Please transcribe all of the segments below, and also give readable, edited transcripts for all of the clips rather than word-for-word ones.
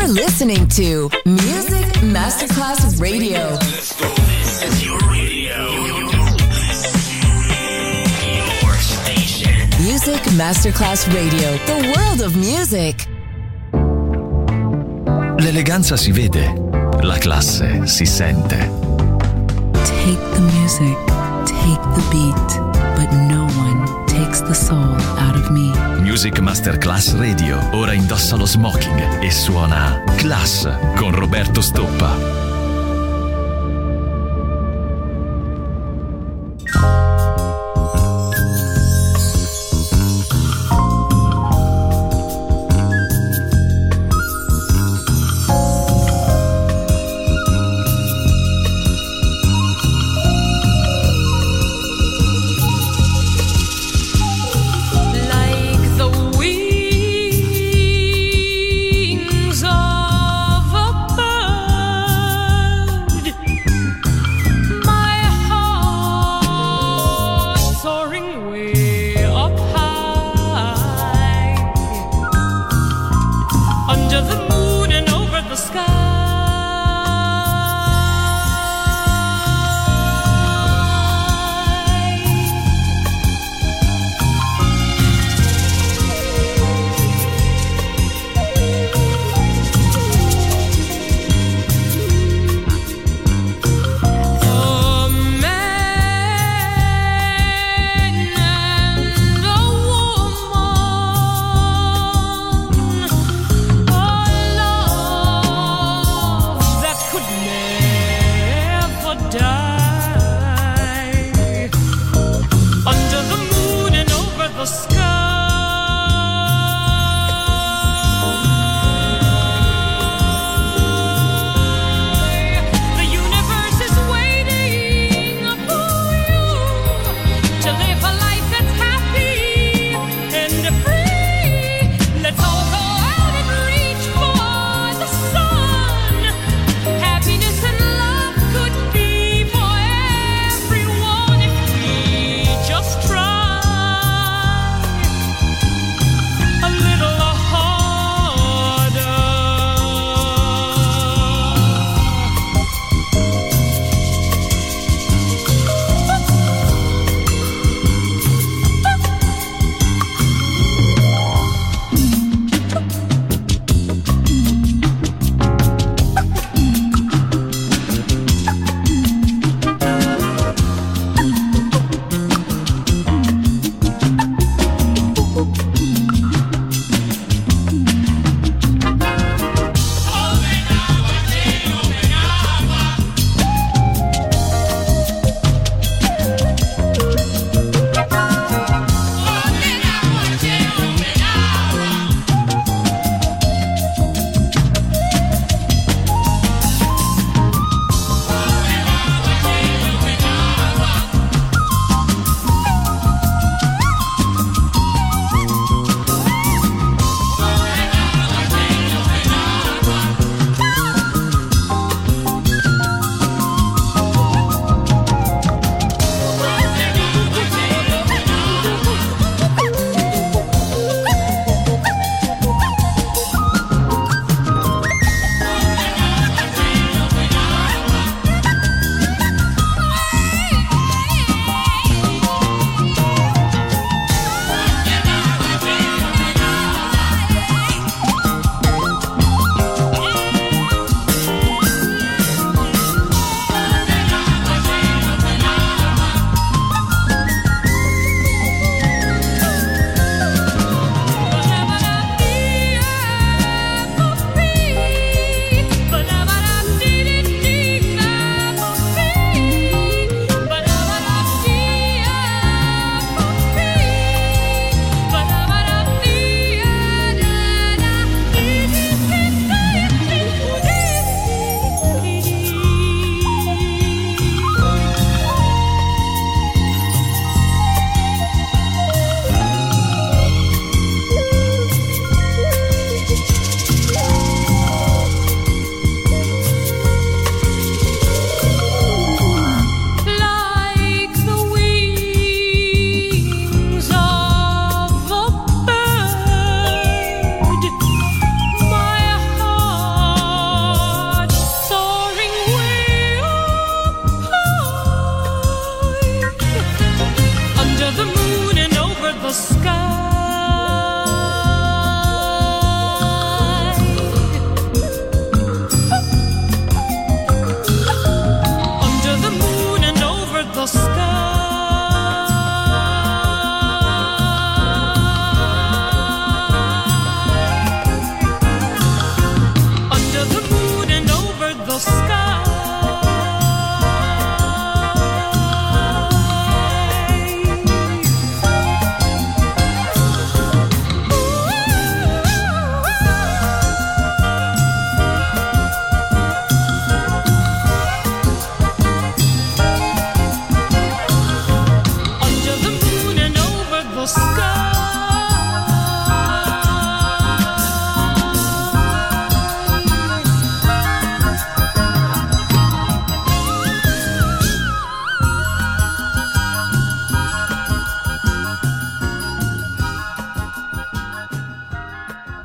You're listening to Music Masterclass Radio. Let's go. This is your radio. Your station. Music Masterclass Radio. The world of music. L'eleganza si vede, la classe si sente. Take the music, take the beat, but no one takes the soul out of me. Music Masterclass Radio. Ora indossa lo smoking e suona Class con Roberto Stoppa.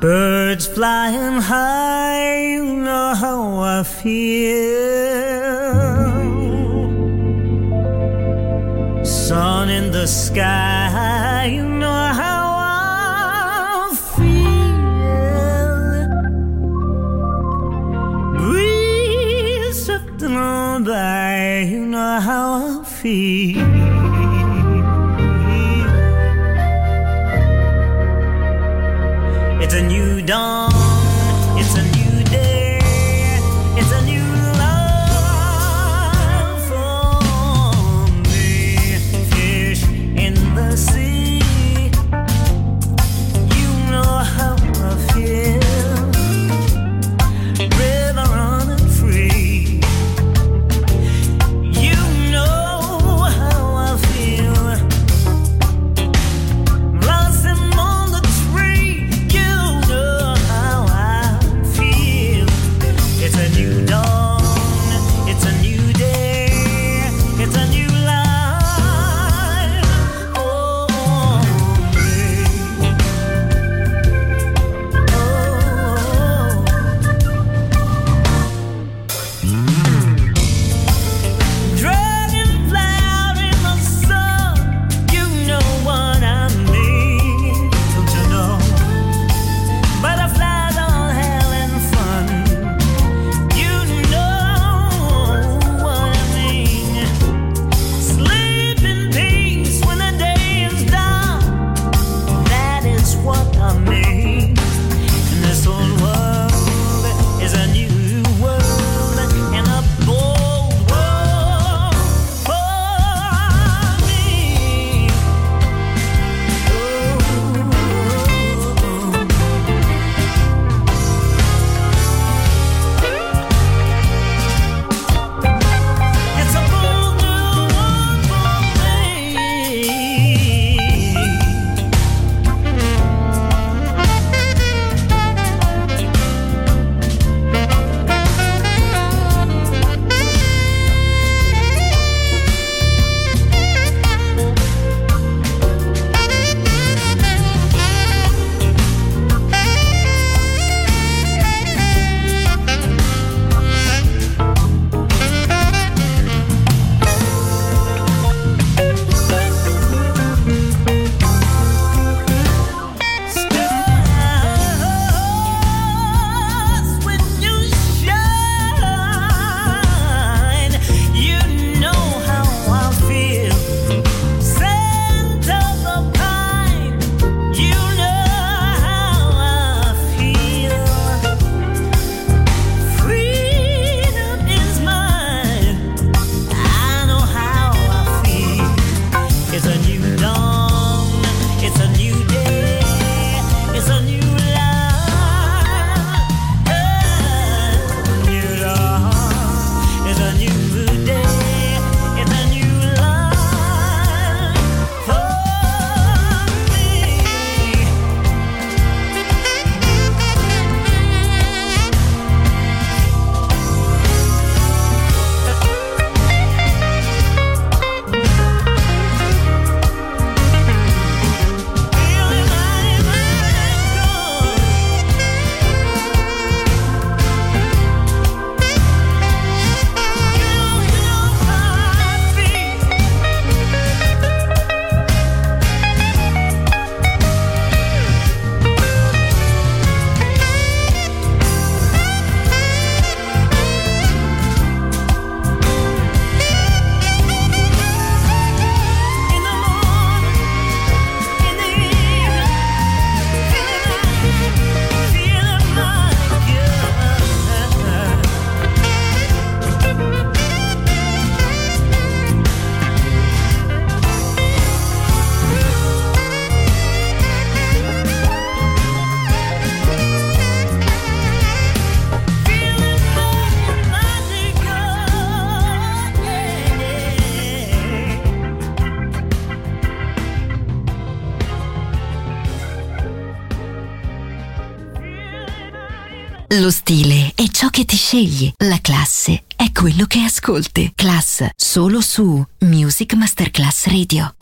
Birds flying high, you know how I feel. Sun in the sky, you know how I feel. Breeze drifting on by, you know how I feel. It's a new dawn, it's a new day, it's a new love for me. Fish in the sea, you know how I feel. River running free, you know how I feel. Blossom on the tree, it's a new dawn, it's a new day, it's a new life for me. Dragonfly out in the sun, you know what I mean, don't you know? Butterflies all having fun, you know what I mean. Sleep in peace when the day is done, that is what I mean. And this whole world is a new world and a bold world for me. It's a bold new world for me. Stars, when you shine, you know how I feel. Scent of the pine, you know how I feel. Freedom is mine, I know how I feel. It's a new dawn, it's a new day, it's a new life. New dawn, it's a new day, it's a new life for me. Feeling mighty, mighty good. You know how I feel. In the morning, in the evening, feeling mighty good. Feeling mighty Lo stile è ciò che ti scegli, la classe è quello che ascolti. Class solo su Music Masterclass Radio.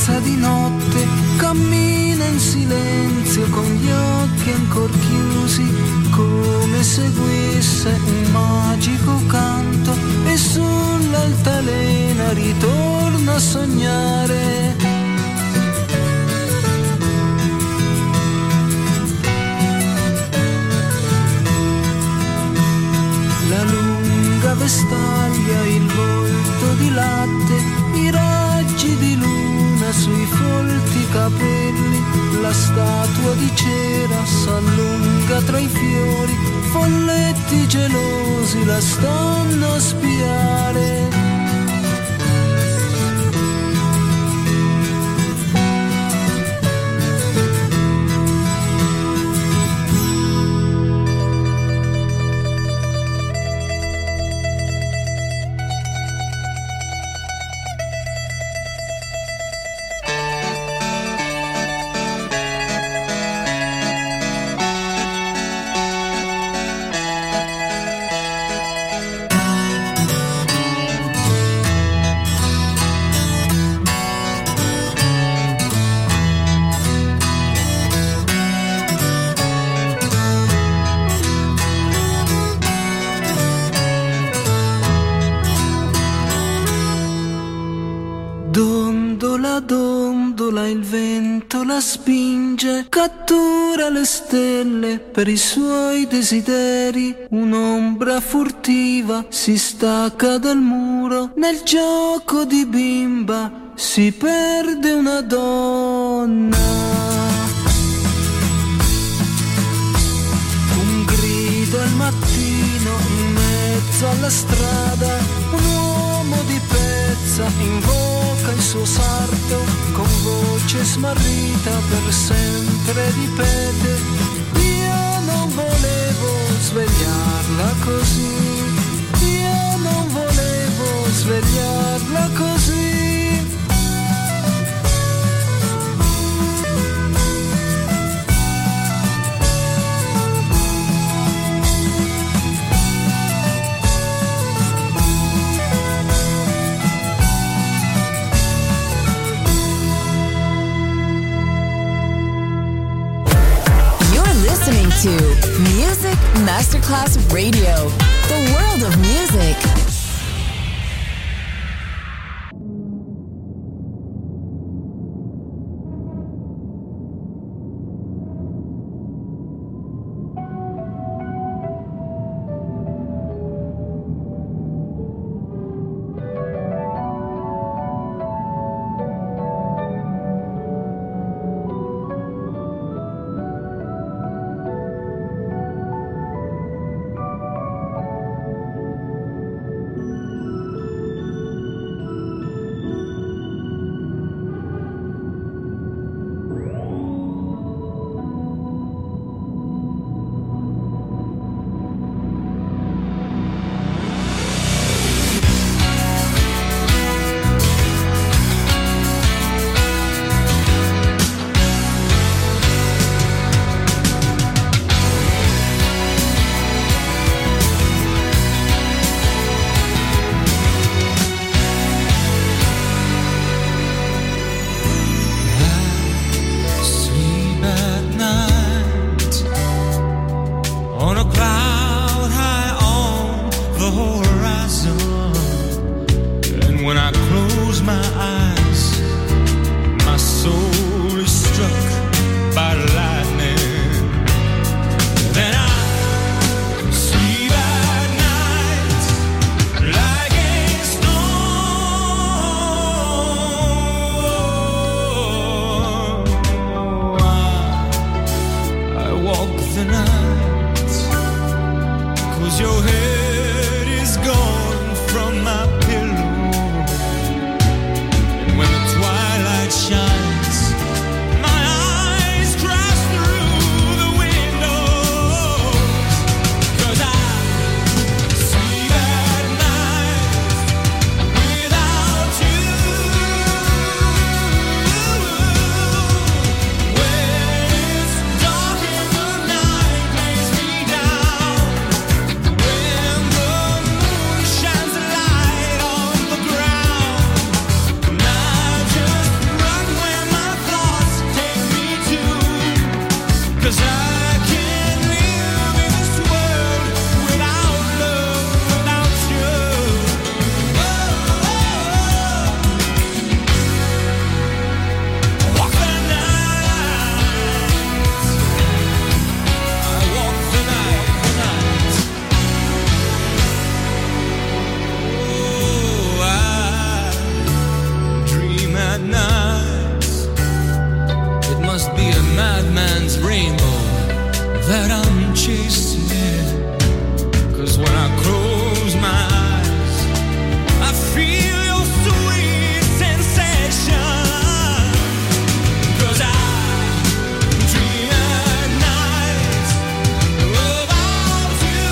passa di notte, cammina in silenzio con gli occhi ancor chiusi, come seguisse un magico canto, e sull'altalena ritorna a sognare. La lunga vestaglia, il volto di latte, i raggi di luna sui folti capelli, la statua di cera s'allunga tra i fiori, folletti gelosi la stanno a spiare. Dondola, il vento la spinge, cattura le stelle per i suoi desideri. Un'ombra furtiva si stacca dal muro, nel gioco di bimba si perde una donna. Un grido al mattino in mezzo alla strada, un uomo di pezza invoca il suo sarto, con voce smarrita per sempre ripete: io non volevo svegliarla così, io non volevo svegliarla così. Listening to Music Masterclass Radio, the world of music. nights. It must be a madman's rainbow that I'm chasing. 'Cause when I close my eyes, I feel your sweet sensation. 'Cause I dream at night about you.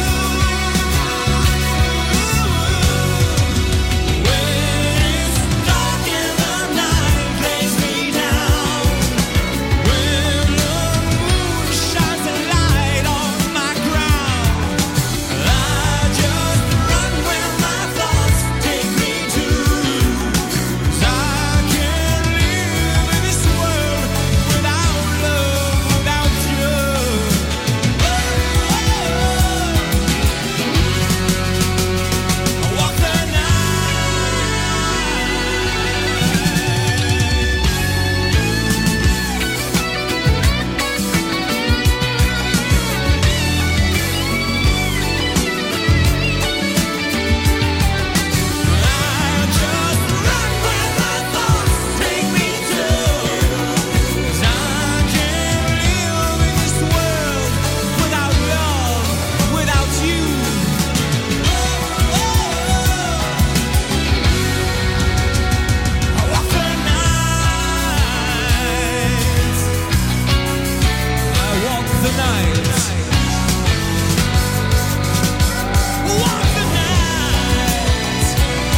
When it's dark and the night lays me down, when the moon shines a light on my ground, I just run where my thoughts take me to. 'Cause I can't live in this world without love, without you. I walk the I just run where my thoughts take me to. 'Cause I can't live in this world without love, without you. I walk the night. I walk the night. Walk the night.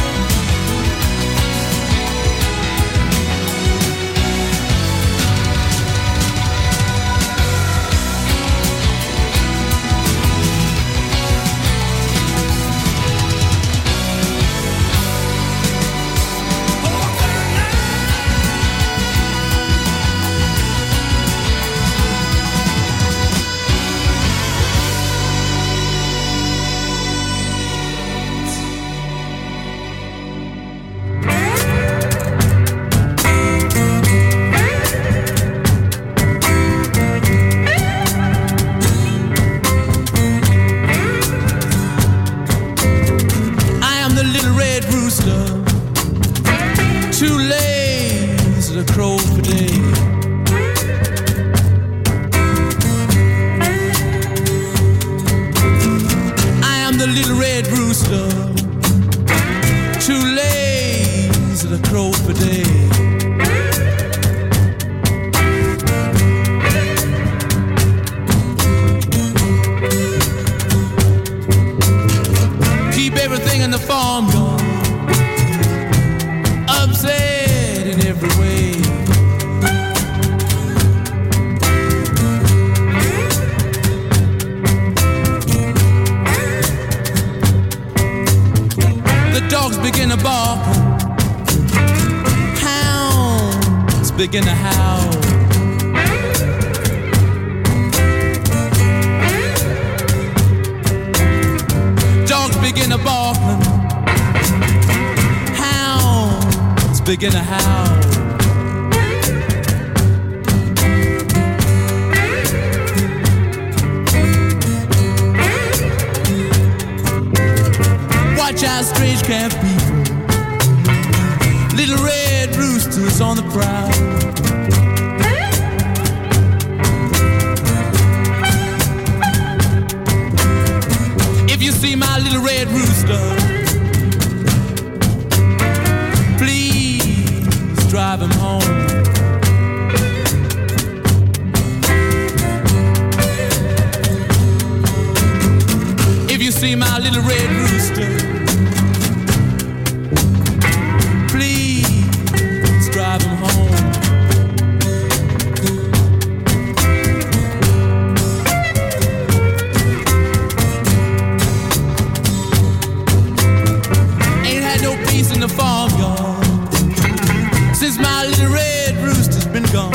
I am the little red rooster, too lazy to crow for day. I am the little red rooster, too lazy to crow for day. Keep everything in the farmyard upset in every way. The dogs begin to bark, hounds begin to howl. Dogs begin to bark, hounds begin to howl. Watch out, strange camp people, little red roosters on the prowl. If you see my little red rooster, please drive him home. If you see my little red rooster, please drive him home. Ain't had no peace in the farmyard since my little red rooster's been gone.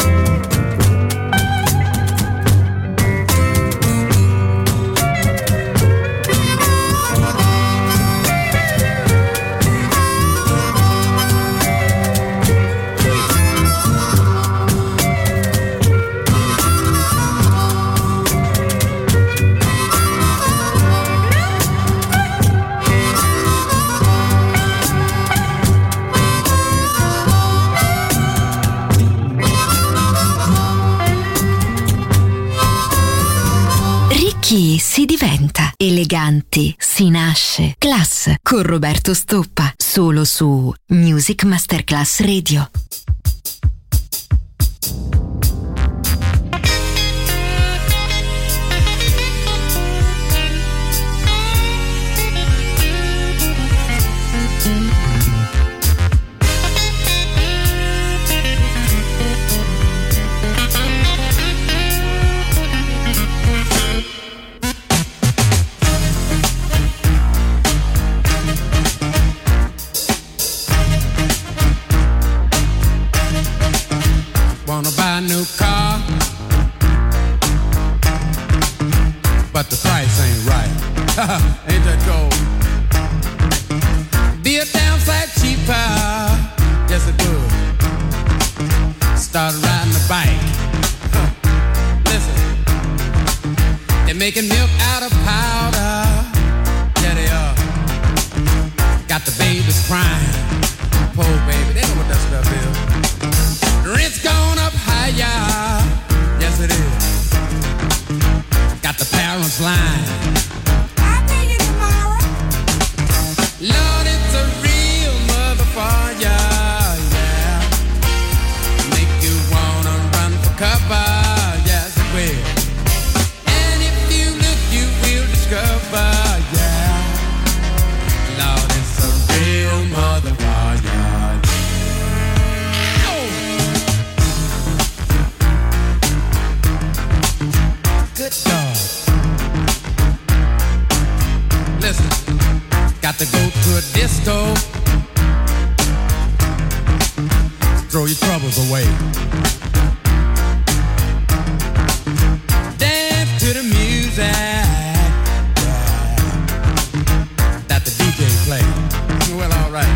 Chi si diventa? Eleganti si nasce. Class con Roberto Stoppa. Solo su Music Masterclass Radio. Wanna buy a new car, but the price ain't right. Ain't that cold? Be a damn sight cheaper, yes it would. Start riding a bike. Listen, they're making milk out of powder. Yeah, they are. Got the babies crying. Poor baby, they know what that stuff is. Rent's gone up higher, yes it is. Got the parents lying. I'll pay you tomorrow. Lord, it's a real motherfucker, yeah. Make you wanna run for cover, yes it will. And if you look, you will discover, yeah. Lord, it's a real motherfucker. Good God. Listen, got to go to a disco. Throw your troubles away. Dance to the music, yeah, that the DJ play. Well, alright.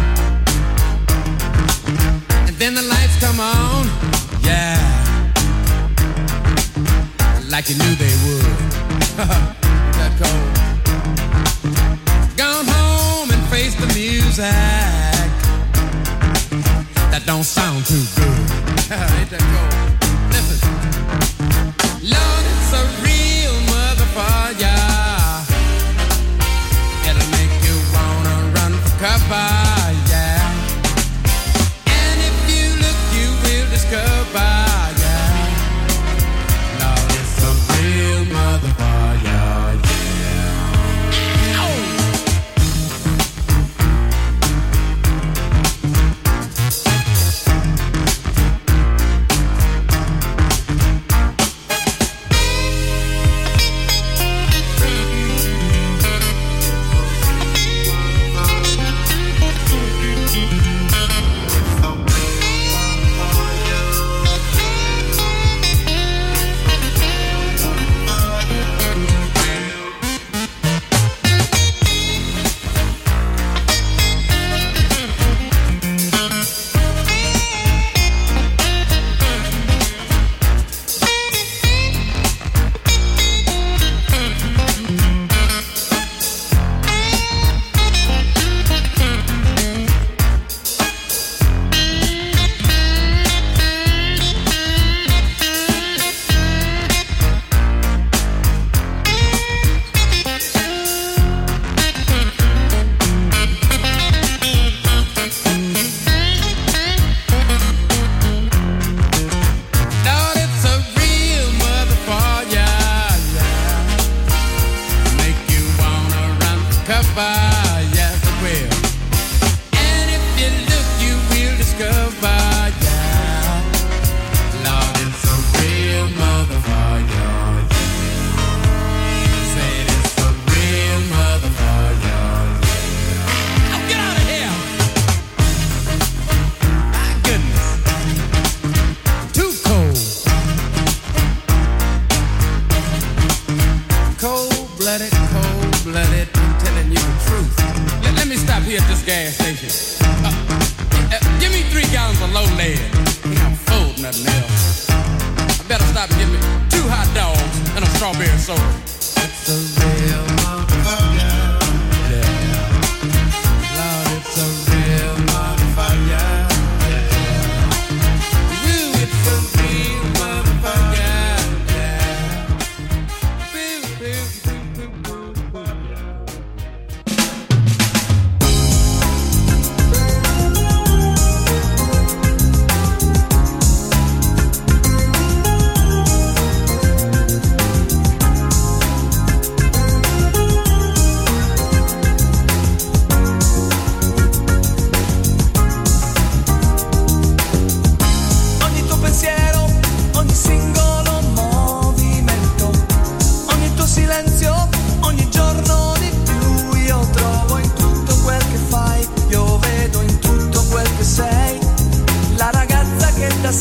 And then the lights come on, yeah, like you knew they would. That cold. Gone home and face the music. That don't sound too good. Ain't that cold? Listen. Lord, it's a real motherfucker. It'll make you wanna run for cover, yeah. And if you look, you will discover. Real motherfucker, yeah. Oh. cold-blooded, I'm telling you the truth. Let me stop here at this gas station. Give me 3 gallons of low lead. I can't afford nothing else. I better stop and get me 2 hot dogs and a strawberry soda. It's a real motherfucker. Yeah. Lord, it's a real motherfucker. Yeah. Ooh, it's a real motherfucker. Yeah. Ooh, ooh, ooh.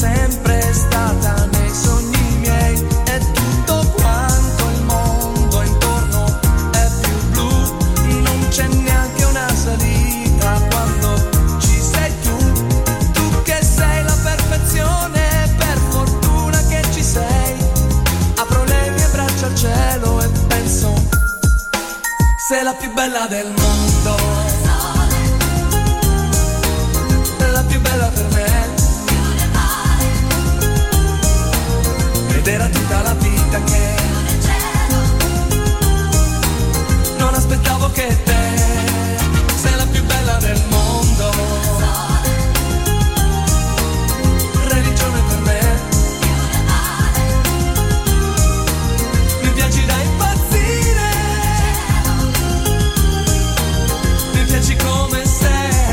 sempre stata nei sogni miei. E tutto quanto il mondo intorno è più blu, non c'è neanche una salita quando ci sei tu. Tu che sei la perfezione, per fortuna che ci sei. Apro le mie braccia al cielo e penso, sei la più bella del mondo, la più bella per me. Ed era tutta la vita che non aspettavo che te, sei la più bella del mondo, religione per me. Mi piaci da impazzire, mi piaci come sei.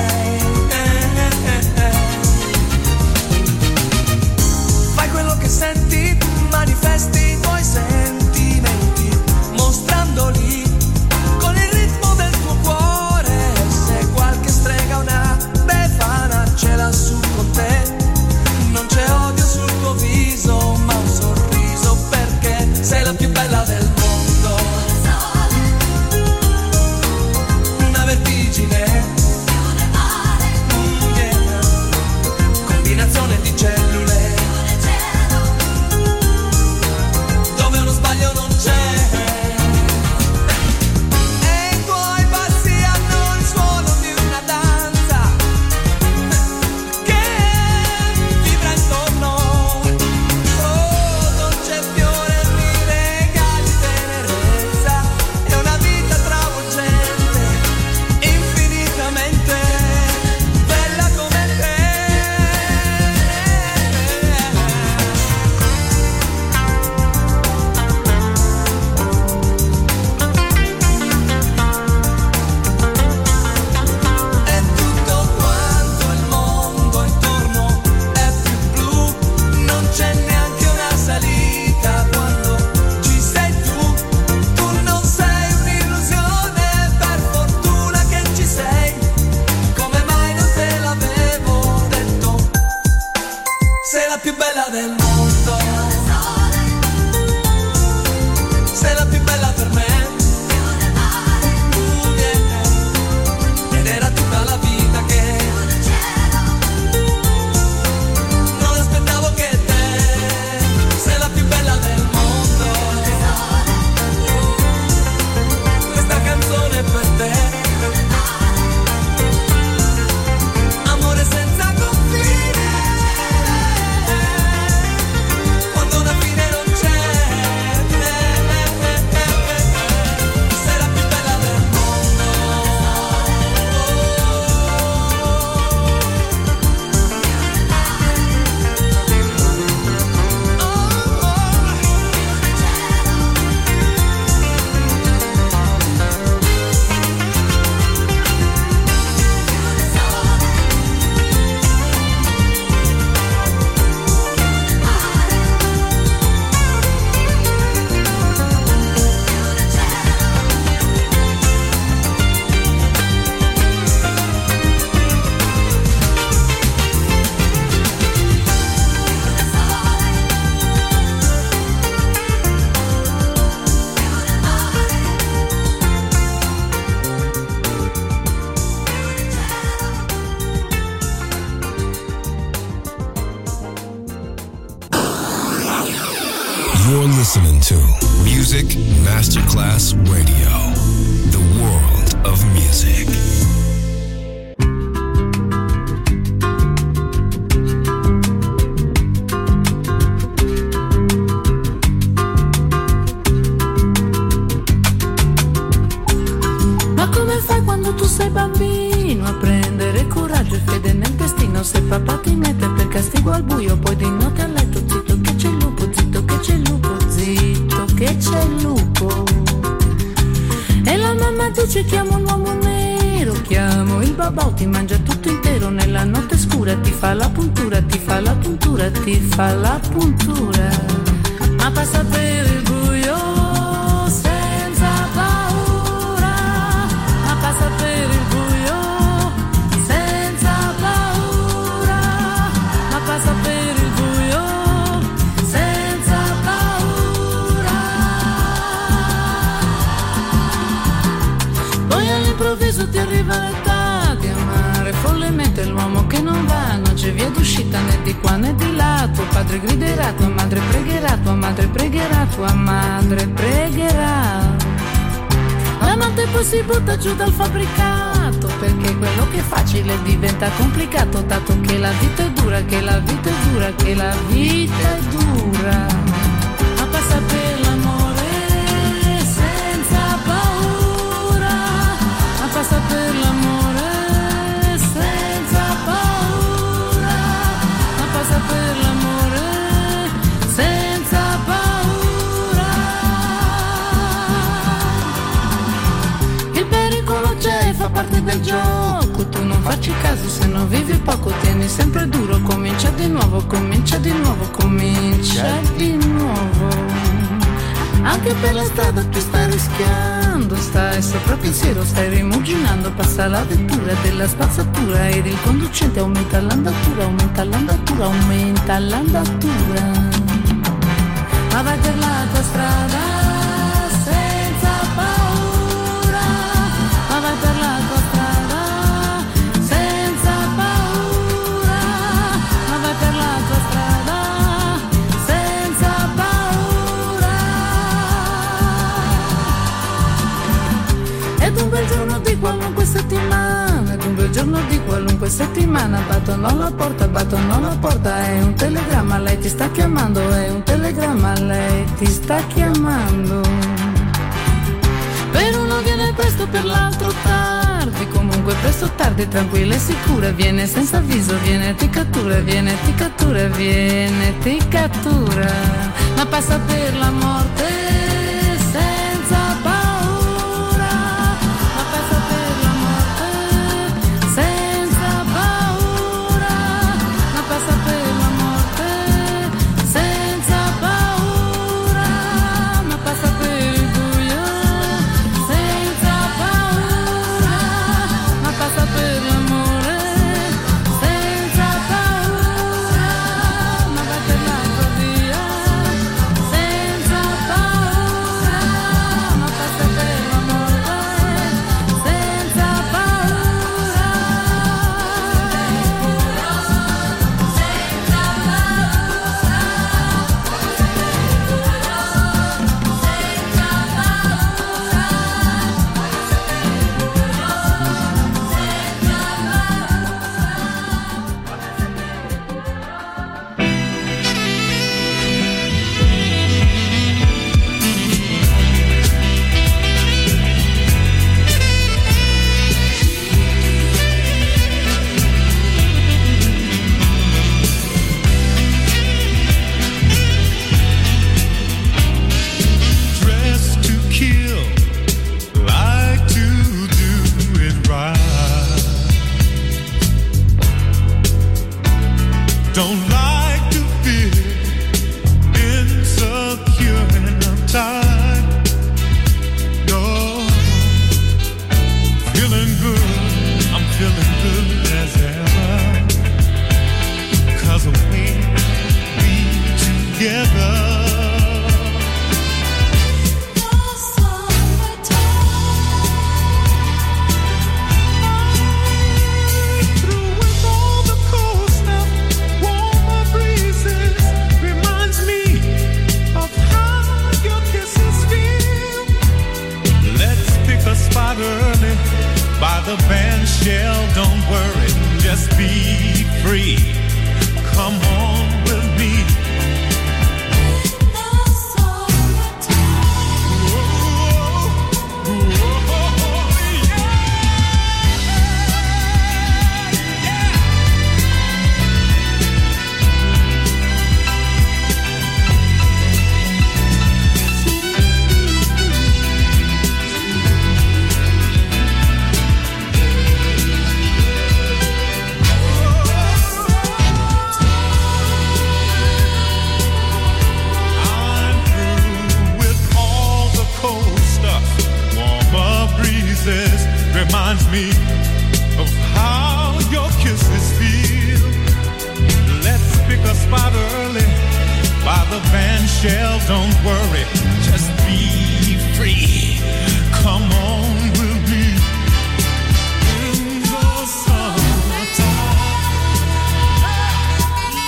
Fai quello che senti, manifesti i tuoi sentimenti, mostrandoli con il ritmo del tuo cuore. Se qualche strega, una befana ce l'ha su con te, non c'è odio sul tuo viso, ma un sorriso, perché sei la più bella del mondo. Una vertigine, yeah. Combinazione di cellule dove uno sbaglio non c'è. E i tuoi passi hanno il suono di una danza che vibra intorno. Oh, dolce fiore, mi regali tenerezza e una vita travolgente, infinitamente bella come te. E tutto quanto il mondo intorno è più blu, non c'è neanche una salita quando ci sei tu. Tu non sei un'illusione, per fortuna che ci sei. Come mai non te l'avevo detto? Sei la più bella del mondo, sei la più bella per me. Yeah. Ed era tutta la vita che non aspettavo che te, sei la più bella del mondo. Questa canzone è per te, amore senza confine, quando una fine non c'è. Sei la più bella del mondo. You're listening to Music Masterclass Radio, the world of music. Ma come fai quando tu sei bambino a prendere coraggio e fede nel destino? Se papà ti mette per castigo al buio, poi di notte a letto zitto che c'è il lupo, zitto che c'è il lupo, zitto che c'è il lupo. E la mamma dice chiamo un uomo nero, chiamo il babà, ti mangia tutto intero. Nella notte scura ti fa la puntura, ti fa la puntura, ti fa la puntura. Ma passa per il buio senza paura, ma passa per il buio senza paura, ma passa per il buio né di qua né di là. Tuo padre griderà, tua madre pregherà, tua madre pregherà, tua madre pregherà. La notte poi si butta giù dal fabbricato, perché quello che è facile diventa complicato, dato che la vita è dura, che la vita è dura, che la vita è dura. Ma passa per l'amore senza paura, ma passa per l'amore senza paura, ma passa per l'amore senza paura. Il pericolo c'è, fa parte del gioco, tu non facci caso se non vivi poco, tieni sempre duro, comincia di nuovo, comincia di nuovo, comincia di nuovo. Anche per la strada tu stai rischiando, stai sopra pensiero, stai rimuginando, passa l'avventura della spazzatura ed il conducente aumenta l'andatura, aumenta l'andatura, aumenta l'andatura. Ma vai per la tua strada senza paura, ma vai per la tua strada senza paura, ma vai per la tua strada senza paura. Ed un bel giorno di qualunque settimana, ed un bel giorno di qualunque settimana, battono alla porta, è un telegramma, lei ti sta chiamando, è un telegramma, lei ti sta chiamando. Per uno viene presto, per l'altro tardi, comunque presto o tardi, tranquilla e sicura, viene senza avviso, viene ti cattura, viene ti cattura, viene ti cattura. Ma passa per la morte senza paura, ma passa per la morte senza paura, ma passa per la morte senza paura, ma passa per il buio senza paura, ma passa per l'amore senza paura, ma vai per la tua via senza paura, ma passa per l'amore senza paura. Dressed to kill, like to do it right. Don't like to feel insecure and uptight. No, feeling good, I'm feeling good as ever. 'Cause we together. Through with all the cold stuff, warmer breezes reminds me of how your kisses feel. Let's pick a spot early by the band shell. Don't worry, just be free. Come on with me. I'm through with all the cold stuff. Warmer breezes reminds me of how your kisses feel. Let's pick a spot early by the band shell. Don't worry, just be free. Come on with me. In the summertime.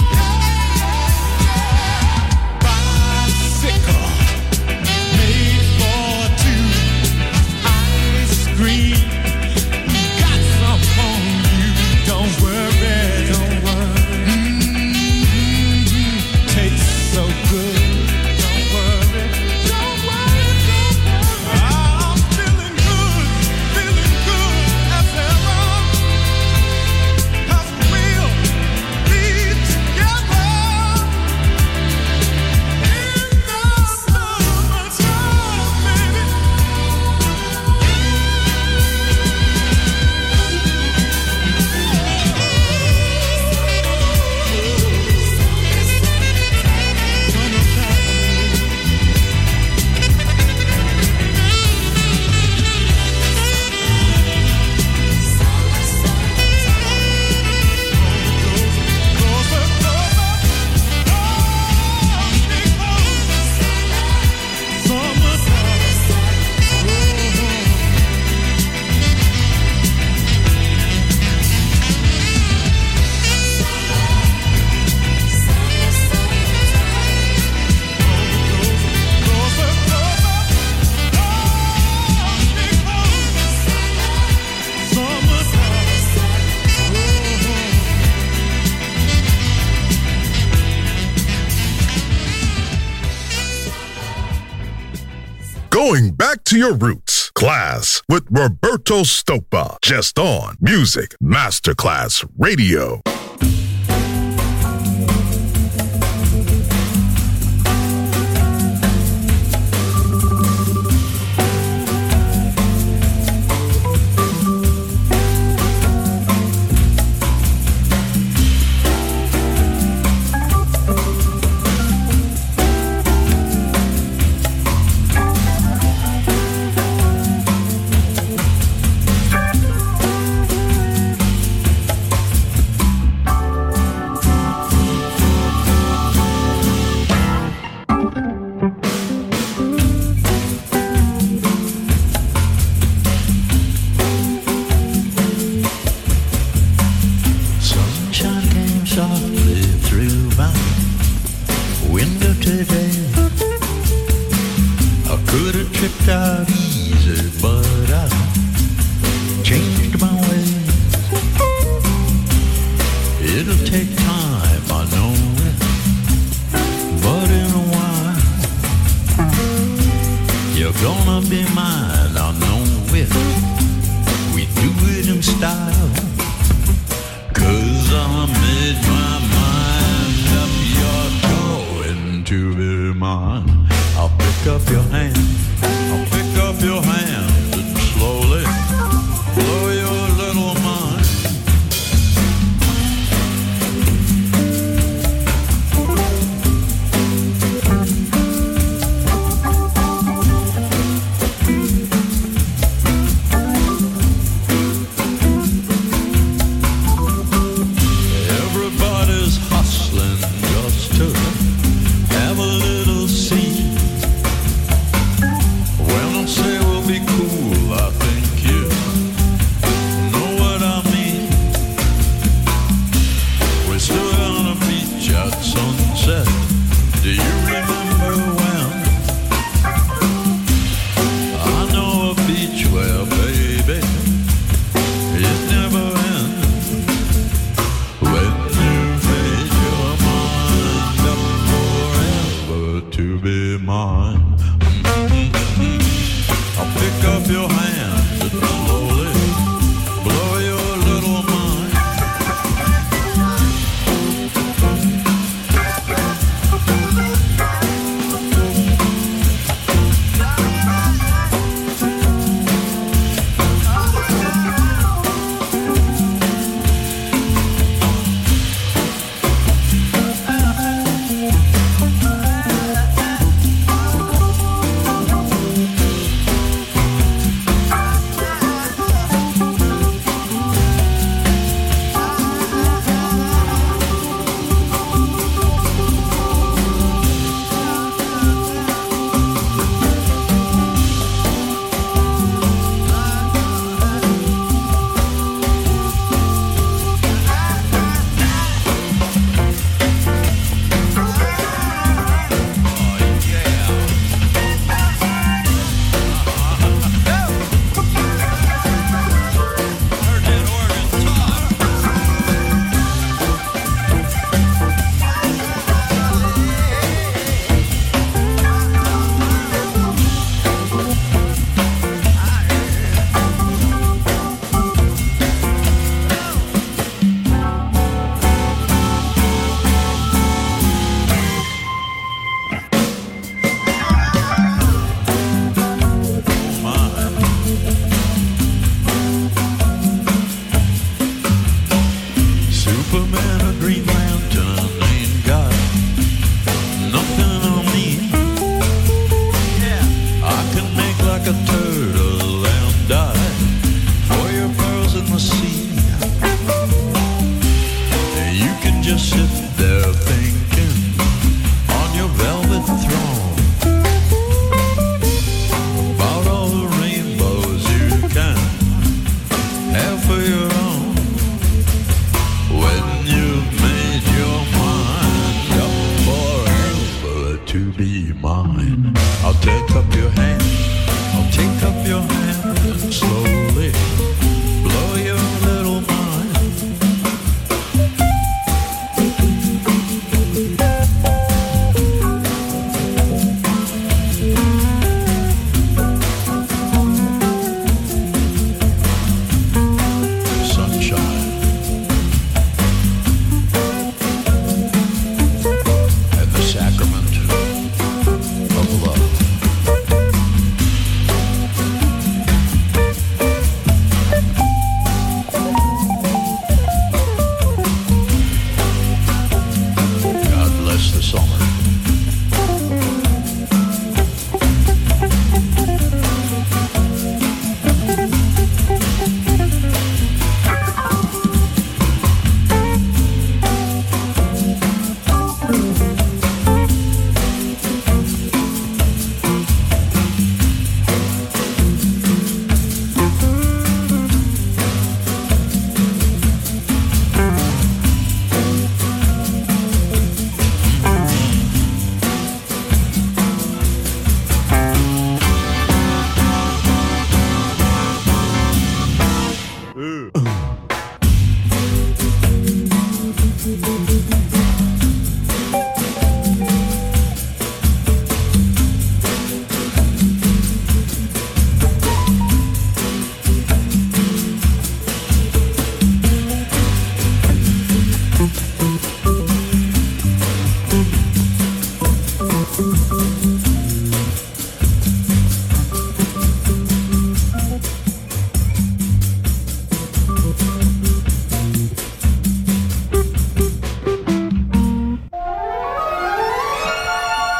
Going back to your roots. Class with Roberto Stoppa. Just on Music Masterclass Radio.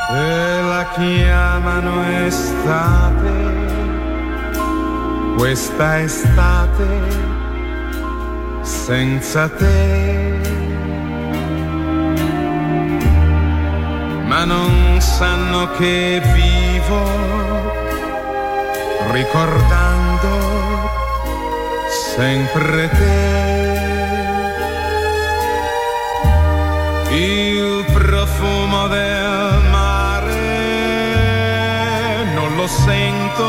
e la chiamano estate, questa estate senza te, ma non sanno che vivo ricordando sempre te. Il profumo del mare non lo sento,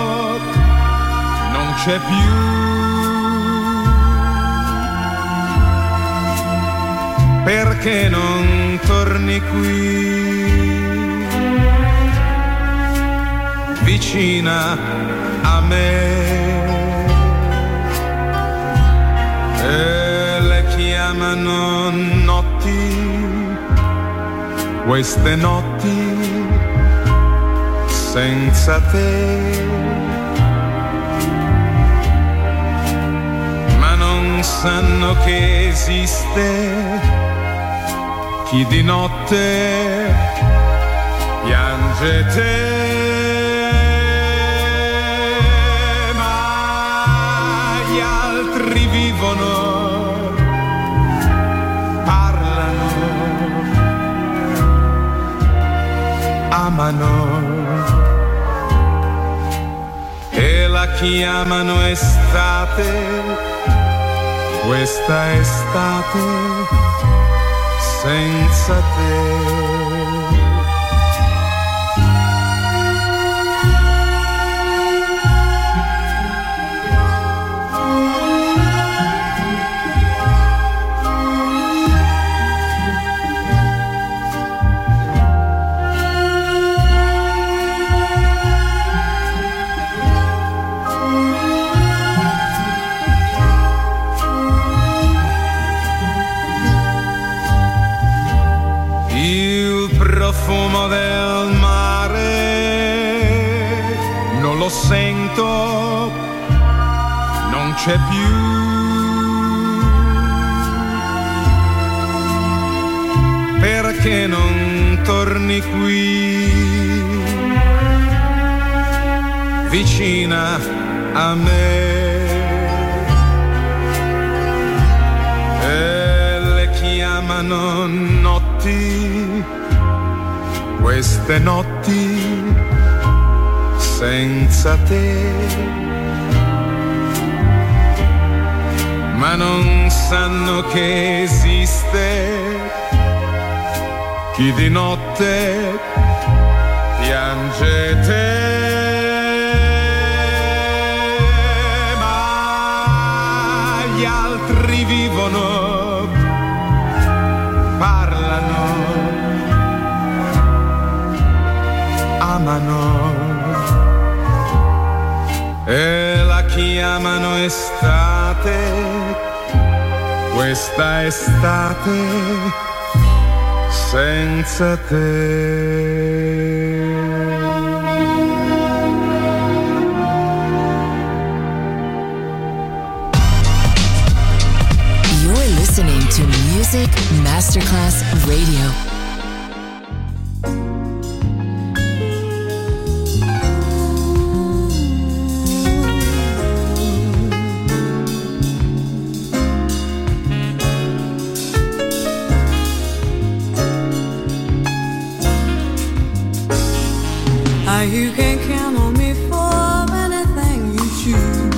non c'è più. Perché non torni qui, vicina a me? E le chiamano notti, queste notti senza te, ma non sanno che esiste chi di notte piange te. Ma gli altri vivono, parlano, amano e la chiamano estate, questa estate senza te. Profumo del mare non lo sento, non c'è più. Perché non torni qui, vicina a me? E le chiamano notti, queste notti senza te, ma non sanno che esiste chi di notte piange te. Ma gli altri vivono, parlano, amano e la chiamano estate, questa estate senza te. You're listening to Music Masterclass Radio. You can count on me for anything you choose.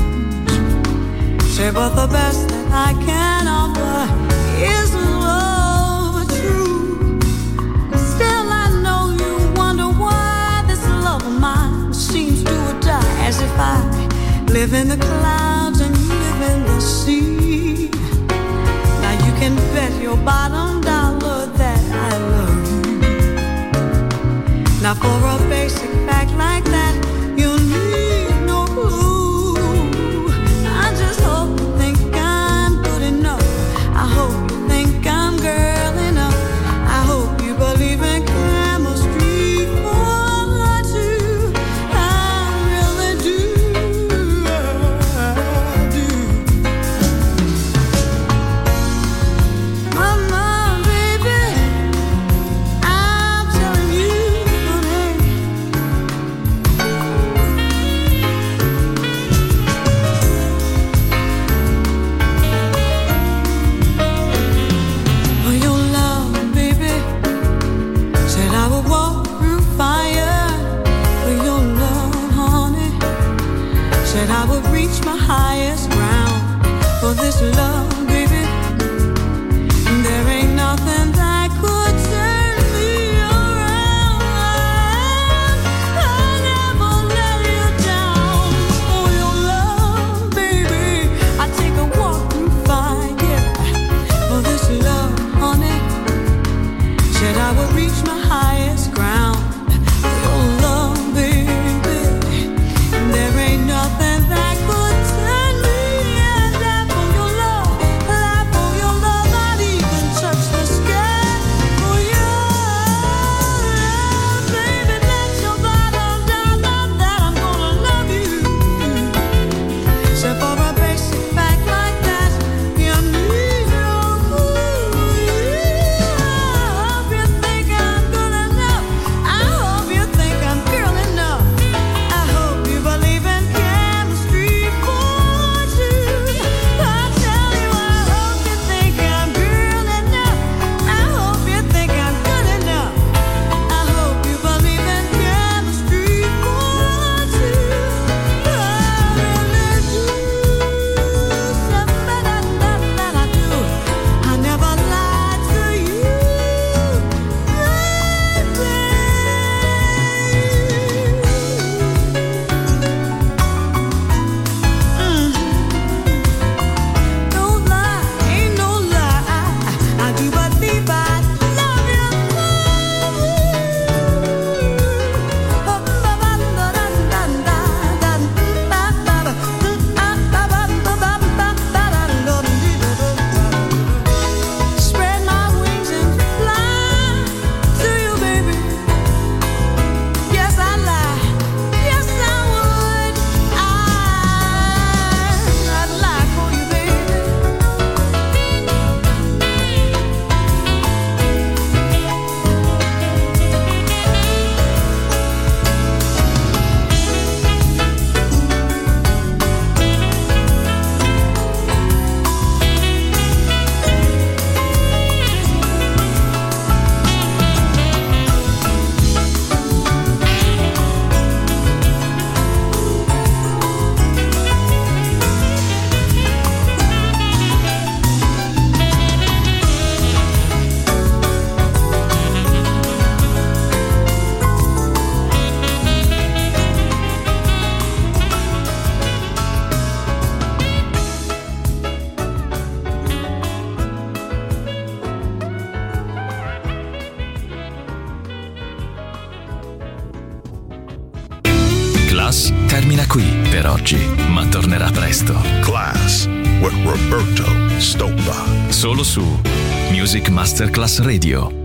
Say, but the best that I can offer is love true. Still, I know you wonder why this love of mine seems to die, as if I live in the clouds and you live in the sea. Now you can bet your bottom dollar that I love you. Now for a basic fact like that, you'll need no clue. I just hope you think I'm good enough. I hope you think I'm girl enough. I hope you believe in chemistry for two. I really do, I do. Mama, baby, I'm telling you. highest ground. For this love, baby, there ain't nothing that could turn me around. I'll never let you down. For your love, baby, I take a walk and find, yeah. For this love, honey, said I would reach my highest ground. For your love, baby, there ain't nothing that could turn me. And that for your love, I'd even touch the sky. For your love, baby, let your bottom down, that I'm gonna love you. So for a basic fact like that, you need your food. I hope you think I'm good enough. I hope you think I'm girl enough. I hope you believe in chemistry for two. I tell you, I hope you think I'm girl enough. I hope you think I'm good enough. I hope you believe in chemistry for two. I really do. Something that I do. I never lied to you, Don't lie, ain't no lie. I do believe I love you. Spread my wings and fly to you, baby. Yes, I lie. Yes, I would. I'd lie for you, baby. Class termina qui per oggi, ma tornerà presto. Class with Roberto Stoppa. Solo su Music Masterclass Radio.